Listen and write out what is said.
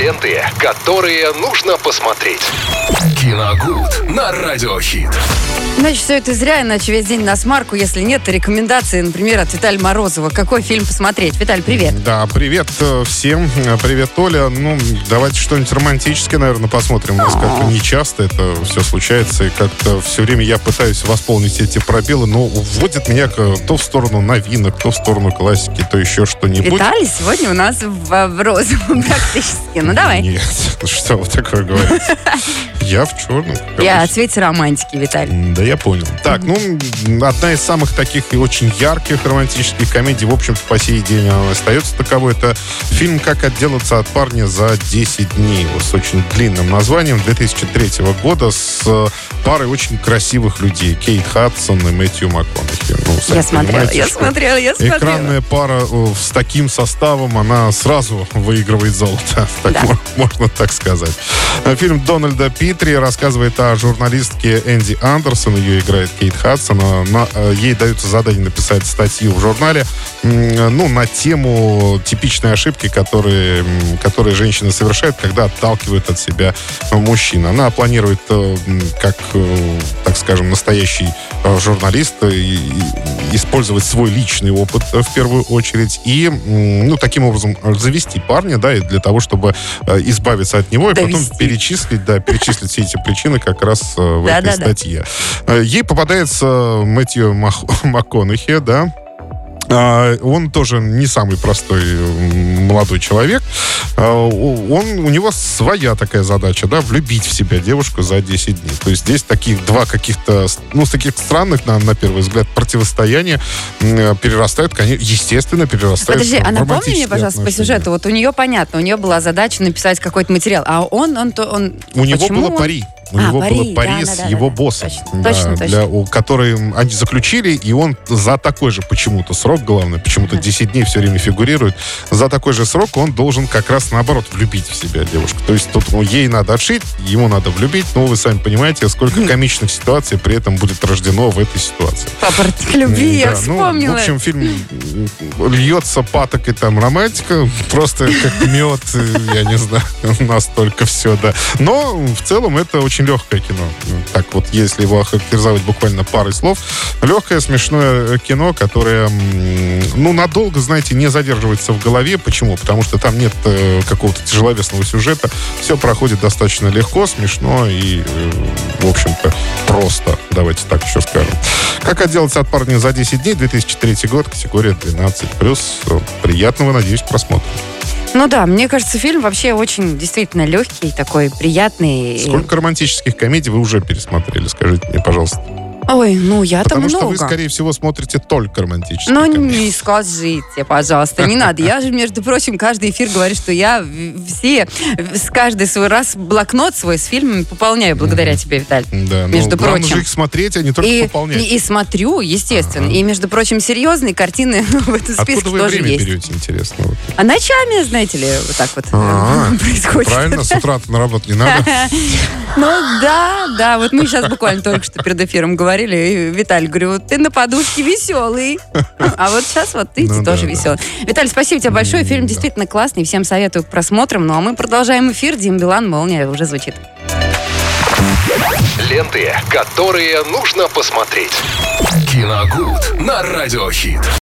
Ленты, которые нужно посмотреть. Киногуд на Радиохит. Значит, все это зря, иначе весь день на смарку. Если нет, рекомендации, например, от Виталия Морозова. Какой фильм посмотреть? Виталь, привет. Да, привет всем. Привет, Оля. Ну, давайте что-нибудь романтическое, наверное, посмотрим. У нас как-то не часто это все случается. И как-то все время я пытаюсь восполнить эти пробелы, но уводит меня то в сторону новинок, то в сторону классики, то еще что-нибудь. Виталий сегодня у нас в розовом практически. Ну, давай. Нет, что вы такое говорите? Я в черном. Я о цвете романтики, Виталий. Да, я понял. Так, одна из самых таких и очень ярких романтических комедий, в общем-то, по сей день она остается таковой. Это фильм «Как отделаться от парня за 10 дней». С очень длинным названием, 2003 года, с парой очень красивых людей. Кейт Хадсон и Мэтью МакКонахи. Я смотрела. Экранная пара с таким составом, она сразу выигрывает золото. Можно так сказать. Фильм Дональда Питри рассказывает о журналистке Энди Андерсон. Ее играет Кейт Хадсон. Ей дается задание написать статью в журнале на тему типичной ошибки, которые женщины совершают, когда отталкивают от себя мужчин. Она планирует, как, так скажем, настоящий журналист, использовать свой личный опыт в первую очередь и, таким образом завести парня, да, и для того, чтобы избавиться от него и потом перечислить все эти причины как раз в этой статье. Ей попадается Мэтью МакКонахи, да. Он тоже не самый простой молодой человек. У него своя такая задача, да, влюбить в себя девушку за 10 дней. То есть здесь два каких-то, с таких странных, на первый взгляд, противостояния перерастают в Подожди, в а напомни мне, романтические пожалуйста, отношения. по сюжету. Вот у нее, понятно, у нее была задача написать какой-то материал, а он У него было пари. У него было пари с его боссом, точно. который они заключили, и он за такой же почему-то срок, главное, почему-то 10 дней все время фигурирует, за такой же срок он должен как раз наоборот влюбить в себя девушку. То есть тут ей надо отшить, ему надо влюбить, но вы сами понимаете, сколько комичных ситуаций при этом будет рождено в этой ситуации. Папоротник любви, я вспомнила. В общем, фильм льется патокой там романтика, просто как мед, я не знаю, настолько все, да. Но в целом это очень легкое кино. Так вот, если его охарактеризовать буквально парой слов. Легкое, смешное кино, которое, надолго, знаете, не задерживается в голове. Почему? Потому что там нет какого-то тяжеловесного сюжета. Все проходит достаточно легко, смешно и, в общем-то, просто. Давайте так еще скажем. «Как отделаться от парня за 10 дней», 2003 год, категория 12+. Приятного, надеюсь, просмотра. Ну да, мне кажется, фильм вообще очень действительно легкий, такой приятный. Сколько романтических комедий вы уже пересмотрели? Скажите мне, пожалуйста. Ой, я-то много. Потому что вы, скорее всего, смотрите только романтические комедии. комедии. Не скажите, пожалуйста, не надо. Я же, между прочим, каждый эфир говорю, что я каждый свой раз блокнот свой с фильмами пополняю благодаря тебе, Виталь. Да, между прочим. Главное же их смотреть, а не только пополнять. И смотрю, естественно. И, между прочим, серьезные картины в этом списке Откуда вы тоже время есть. берете, интересно? А ночами, знаете ли, вот так вот происходит. Правильно, с утра на работу не надо. Да, вот мы сейчас буквально только что перед эфиром говорили, и Виталий, говорю, ты на подушке веселый. А вот сейчас ты тоже веселый. Виталий, спасибо тебе большое. Фильм действительно классный. Всем советую к просмотрам. Ну а мы продолжаем эфир. Дим Билан, «Молния» уже звучит. Ленты, которые нужно посмотреть. Киногуд на Радиохит.